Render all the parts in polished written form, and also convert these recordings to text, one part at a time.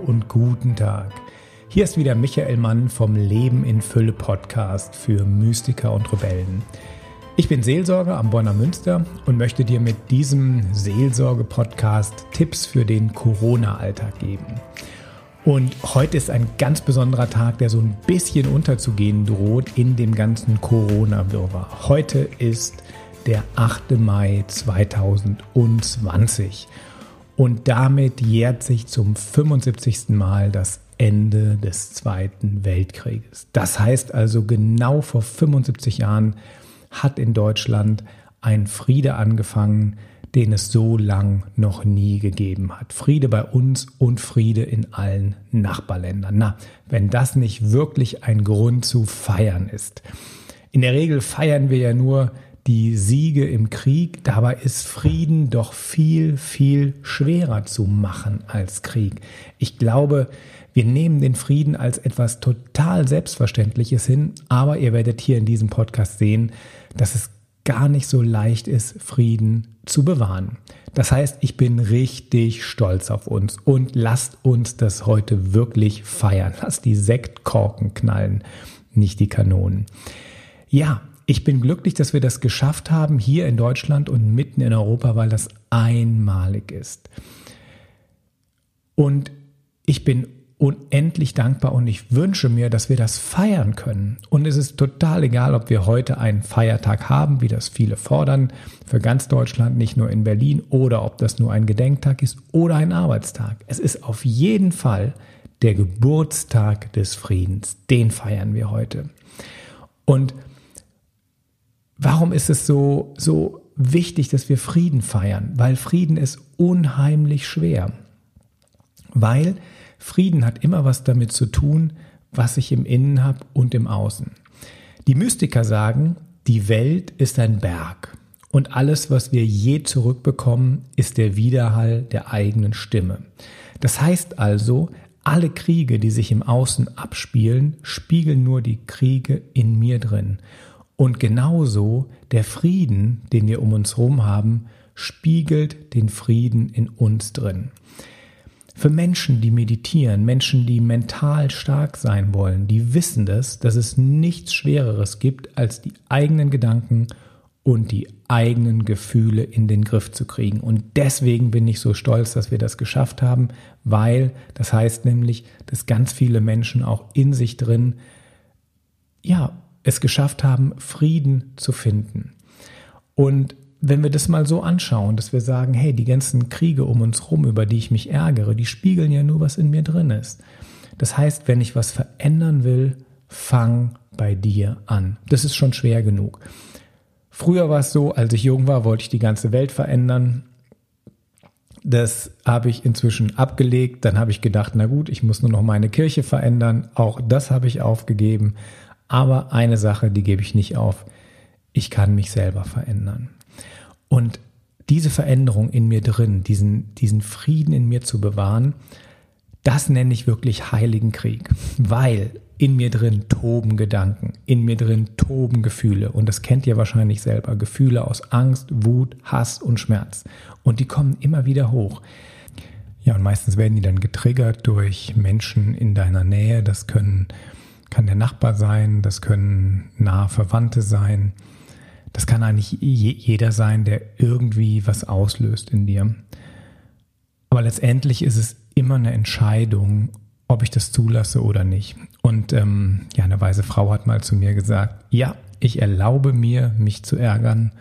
und guten Tag. Hier ist wieder Michael Mann vom Leben in Fülle Podcast für Mystiker und Rebellen. Ich bin Seelsorger am Bonner Münster und möchte dir mit diesem Seelsorge-Podcast Tipps für den Corona-Alltag geben. Und heute ist ein ganz besonderer Tag, der so ein bisschen unterzugehen droht in dem ganzen Corona-Wirrwarr. Heute ist der 8. Mai 2020 und damit jährt sich zum 75. Mal das Ende des Zweiten Weltkrieges. Das heißt also, genau vor 75 Jahren hat in Deutschland ein Friede angefangen, den es so lang noch nie gegeben hat. Friede bei uns und Friede in allen Nachbarländern. Na, wenn das nicht wirklich ein Grund zu feiern ist. In der Regel feiern wir ja nur die Siege im Krieg. Dabei ist Frieden doch viel, viel schwerer zu machen als Krieg. Ich glaube, wir nehmen den Frieden als etwas total Selbstverständliches hin, aber ihr werdet hier in diesem Podcast sehen, dass es gar nicht so leicht ist, Frieden zu bewahren. Das heißt, ich bin richtig stolz auf uns und lasst uns das heute wirklich feiern. Lasst die Sektkorken knallen, nicht die Kanonen. Ja, ich bin glücklich, dass wir das geschafft haben hier in Deutschland und mitten in Europa, weil das einmalig ist. Und ich bin unendlich dankbar und ich wünsche mir, dass wir das feiern können. Und es ist total egal, ob wir heute einen Feiertag haben, wie das viele fordern, für ganz Deutschland, nicht nur in Berlin, oder ob das nur ein Gedenktag ist oder ein Arbeitstag. Es ist auf jeden Fall der Geburtstag des Friedens. Den feiern wir heute. Und warum ist es so wichtig, dass wir Frieden feiern? Weil Frieden ist unheimlich schwer. Weil Frieden hat immer was damit zu tun, was ich im Innen habe und im Außen. Die Mystiker sagen, die Welt ist ein Berg und alles, was wir je zurückbekommen, ist der Widerhall der eigenen Stimme. Das heißt also, alle Kriege, die sich im Außen abspielen, spiegeln nur die Kriege in mir drin. Und genauso der Frieden, den wir um uns herum haben, spiegelt den Frieden in uns drin. Für Menschen, die meditieren, Menschen, die mental stark sein wollen, die wissen das, dass es nichts Schwereres gibt, als die eigenen Gedanken und die eigenen Gefühle in den Griff zu kriegen. Und deswegen bin ich so stolz, dass wir das geschafft haben, weil das heißt nämlich, dass ganz viele Menschen auch in sich drin, es geschafft haben, Frieden zu finden. Und wenn wir das mal so anschauen, dass wir sagen, hey, die ganzen Kriege um uns rum, über die ich mich ärgere, die spiegeln ja nur, was in mir drin ist. Das heißt, wenn ich was verändern will, fang bei dir an. Das ist schon schwer genug. Früher war es so, als ich jung war, wollte ich die ganze Welt verändern. Das habe ich inzwischen abgelegt. Dann habe ich gedacht, na gut, ich muss nur noch meine Kirche verändern. Auch das habe ich aufgegeben. Aber eine Sache, die gebe ich nicht auf. Ich kann mich selber verändern. Und diese Veränderung in mir drin, diesen Frieden in mir zu bewahren, das nenne ich wirklich heiligen Krieg. Weil in mir drin toben Gedanken, in mir drin toben Gefühle. Und das kennt ihr wahrscheinlich selber. Gefühle aus Angst, Wut, Hass und Schmerz. Und die kommen immer wieder hoch. Ja, und meistens werden die dann getriggert durch Menschen in deiner Nähe. Das kann der Nachbar sein, das können nahe Verwandte sein. Das kann eigentlich jeder sein, der irgendwie was auslöst in dir. Aber letztendlich ist es immer eine Entscheidung, ob ich das zulasse oder nicht. Und eine weise Frau hat mal zu mir gesagt, ja, ich erlaube mir, mich zu ärgern,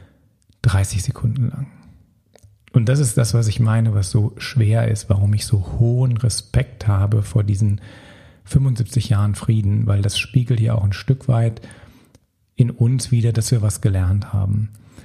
30 Sekunden lang. Und das ist das, was ich meine, was so schwer ist, warum ich so hohen Respekt habe vor diesen 75 Jahren Frieden, weil das spiegelt ja auch ein Stück weit in uns wieder, dass wir was gelernt haben.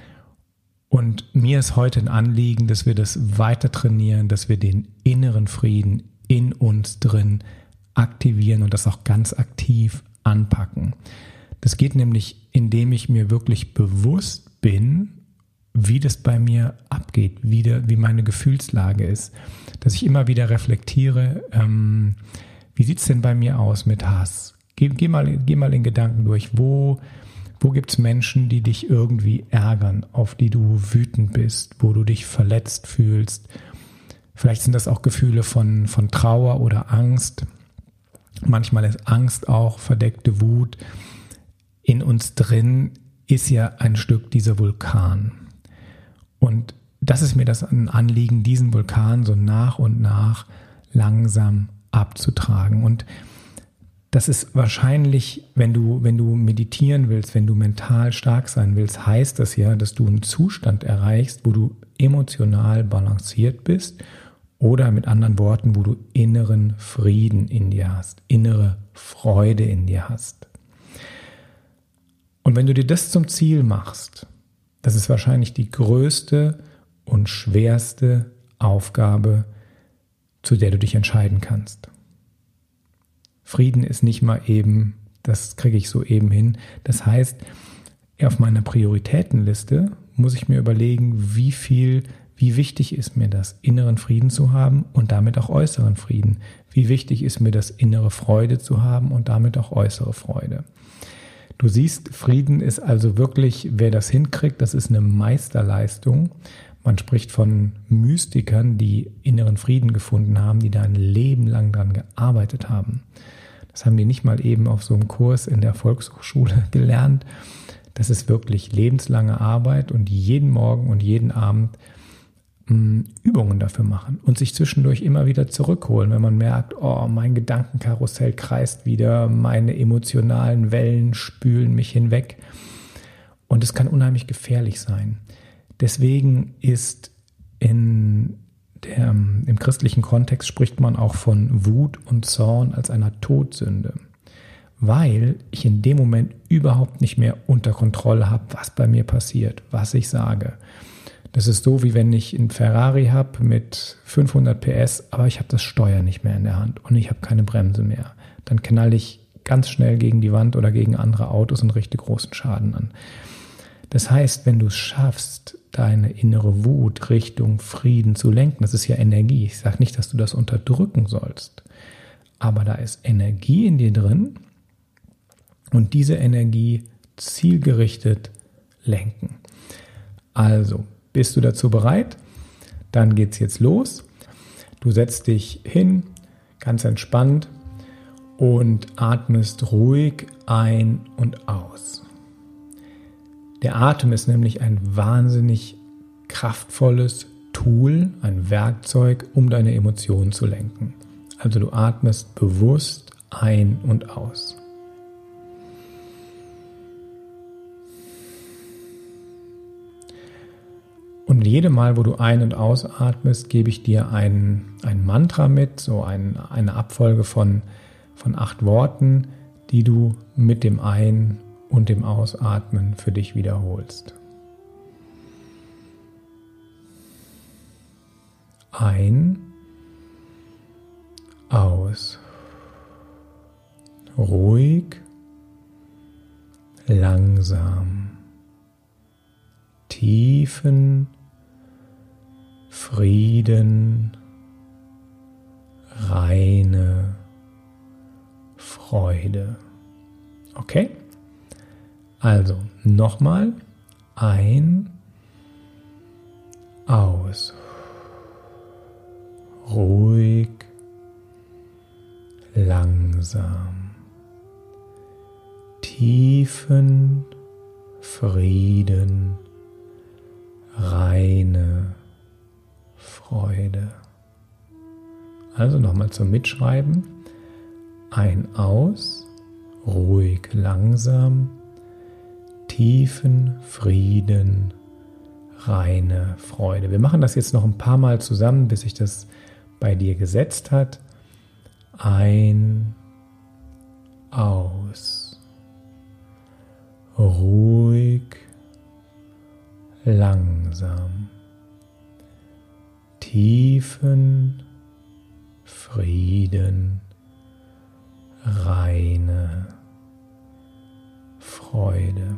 Und mir ist heute ein Anliegen, dass wir das weiter trainieren, dass wir den inneren Frieden in uns drin aktivieren und das auch ganz aktiv anpacken. Das geht nämlich, indem ich mir wirklich bewusst bin, wie das bei mir abgeht, wie meine Gefühlslage ist. Dass ich immer wieder reflektiere, wie sieht es denn bei mir aus mit Hass? Geh mal in Gedanken durch, wo gibt es Menschen, die dich irgendwie ärgern, auf die du wütend bist, wo du dich verletzt fühlst? Vielleicht sind das auch Gefühle von Trauer oder Angst. Manchmal ist Angst auch verdeckte Wut. In uns drin ist ja ein Stück dieser Vulkan. Und das ist mir das Anliegen, diesen Vulkan so nach und nach langsam abzutragen. Und das ist wahrscheinlich, wenn du meditieren willst, wenn du mental stark sein willst, heißt das ja, dass du einen Zustand erreichst, wo du emotional balanciert bist oder mit anderen Worten, wo du inneren Frieden in dir hast, innere Freude in dir hast. Und wenn du dir das zum Ziel machst, das ist wahrscheinlich die größte und schwerste Aufgabe, zu der du dich entscheiden kannst. Frieden ist nicht mal eben, das kriege ich so eben hin. Das heißt, auf meiner Prioritätenliste muss ich mir überlegen, wie wichtig ist mir das, inneren Frieden zu haben und damit auch äußeren Frieden. Wie wichtig ist mir das, innere Freude zu haben und damit auch äußere Freude. Du siehst, Frieden ist also wirklich, wer das hinkriegt, das ist eine Meisterleistung. Man spricht von Mystikern, die inneren Frieden gefunden haben, die da ein Leben lang dran gearbeitet haben. Das haben die nicht mal eben auf so einem Kurs in der Volkshochschule gelernt. Das ist wirklich lebenslange Arbeit und jeden Morgen und jeden Abend Übungen dafür machen und sich zwischendurch immer wieder zurückholen, wenn man merkt, oh, mein Gedankenkarussell kreist wieder, meine emotionalen Wellen spülen mich hinweg. Und es kann unheimlich gefährlich sein. Deswegen ist im christlichen Kontext spricht man auch von Wut und Zorn als einer Todsünde, weil ich in dem Moment überhaupt nicht mehr unter Kontrolle habe, was bei mir passiert, was ich sage. Das ist so, wie wenn ich einen Ferrari habe mit 500 PS, aber ich habe das Steuer nicht mehr in der Hand und ich habe keine Bremse mehr. Dann knalle ich ganz schnell gegen die Wand oder gegen andere Autos und richte großen Schaden an. Das heißt, wenn du es schaffst, deine innere Wut Richtung Frieden zu lenken, das ist ja Energie. Ich sage nicht, dass du das unterdrücken sollst, aber da ist Energie in dir drin und diese Energie zielgerichtet lenken. Also, bist du dazu bereit? Dann geht's jetzt los. Du setzt dich hin, ganz entspannt und atmest ruhig ein und aus. Der Atem ist nämlich ein wahnsinnig kraftvolles Tool, ein Werkzeug, um deine Emotionen zu lenken. Also du atmest bewusst ein und aus. Und jedes Mal, wo du ein- und ausatmest, gebe ich dir ein Mantra mit, so eine Abfolge von 8 Worten, die du mit dem Ein- und dem Ausatmen für dich wiederholst. Ein, aus. Ruhig, langsam. Tiefen Frieden, reine Freude. Okay? Also nochmal ein, aus. Ruhig, langsam. Tiefen Frieden, reine Freude. Also nochmal zum Mitschreiben. Ein, aus, ruhig, langsam, tiefen Frieden, reine Freude. Wir machen das jetzt noch ein paar Mal zusammen, bis sich das bei dir gesetzt hat. Ein, aus, ruhig, langsam, tiefen Frieden, reine Freude.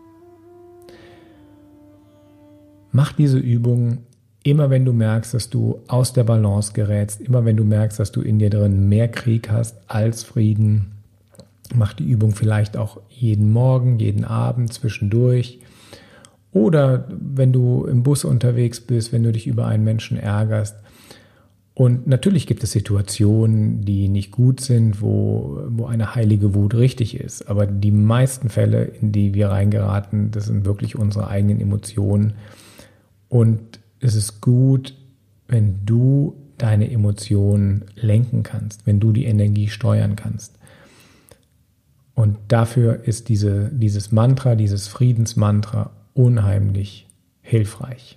Mach diese Übung immer, wenn du merkst, dass du aus der Balance gerätst, immer wenn du merkst, dass du in dir drin mehr Krieg hast als Frieden. Mach die Übung vielleicht auch jeden Morgen, jeden Abend zwischendurch. Oder wenn du im Bus unterwegs bist, wenn du dich über einen Menschen ärgerst Und natürlich gibt es Situationen, die nicht gut sind, wo eine heilige Wut richtig ist. Aber die meisten Fälle, in die wir reingeraten, das sind wirklich unsere eigenen Emotionen. Und es ist gut, wenn du deine Emotionen lenken kannst, wenn du die Energie steuern kannst. Und dafür ist dieses Mantra, dieses Friedensmantra unheimlich hilfreich.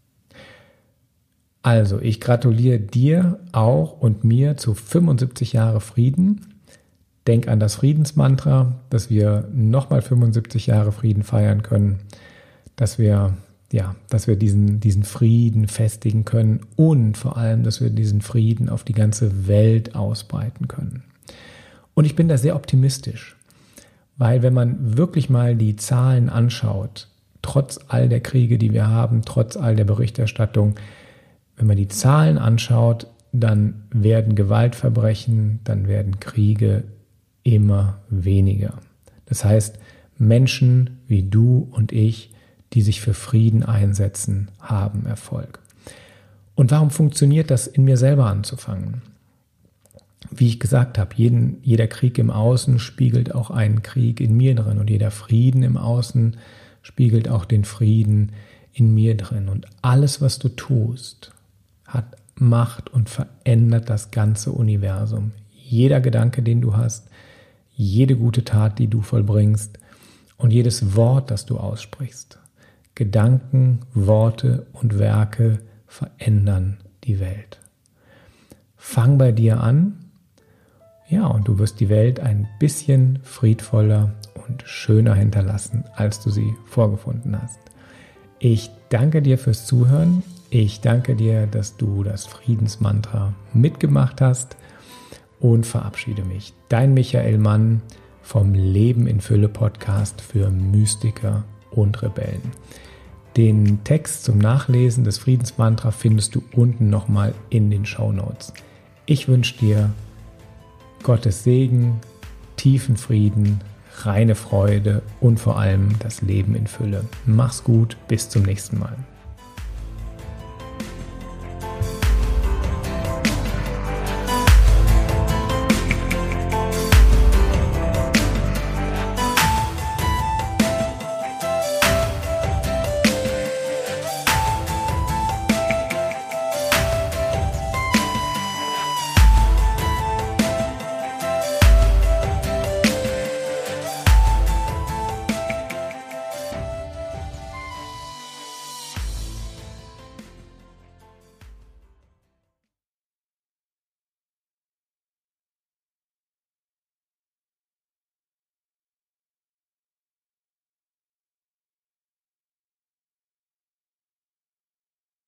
Also, ich gratuliere dir auch und mir zu 75 Jahre Frieden. Denk an das Friedensmantra, dass wir nochmal 75 Jahre Frieden feiern können, dass wir diesen Frieden festigen können und vor allem, dass wir diesen Frieden auf die ganze Welt ausbreiten können. Und ich bin da sehr optimistisch, weil wenn man wirklich mal die Zahlen anschaut, trotz all der Kriege, die wir haben, trotz all der Berichterstattung, wenn man die Zahlen anschaut, dann werden Gewaltverbrechen, dann werden Kriege immer weniger. Das heißt, Menschen wie du und ich, die sich für Frieden einsetzen, haben Erfolg. Und warum funktioniert das, in mir selber anzufangen? Wie ich gesagt habe, jeder Krieg im Außen spiegelt auch einen Krieg in mir drin und jeder Frieden im Außen spiegelt auch den Frieden in mir drin. Und alles, was du tust, hat Macht und verändert das ganze Universum. Jeder Gedanke, den du hast, jede gute Tat, die du vollbringst und jedes Wort, das du aussprichst. Gedanken, Worte und Werke verändern die Welt. Fang bei dir an, ja, und du wirst die Welt ein bisschen friedvoller und schöner hinterlassen, als du sie vorgefunden hast. Ich danke dir fürs Zuhören. Ich danke dir, dass du das Friedensmantra mitgemacht hast und verabschiede mich. Dein Michael Mann vom Leben in Fülle Podcast für Mystiker und Rebellen. Den Text zum Nachlesen des Friedensmantra findest du unten nochmal in den Shownotes. Ich wünsche dir Gottes Segen, tiefen Frieden, reine Freude und vor allem das Leben in Fülle. Mach's gut, bis zum nächsten Mal.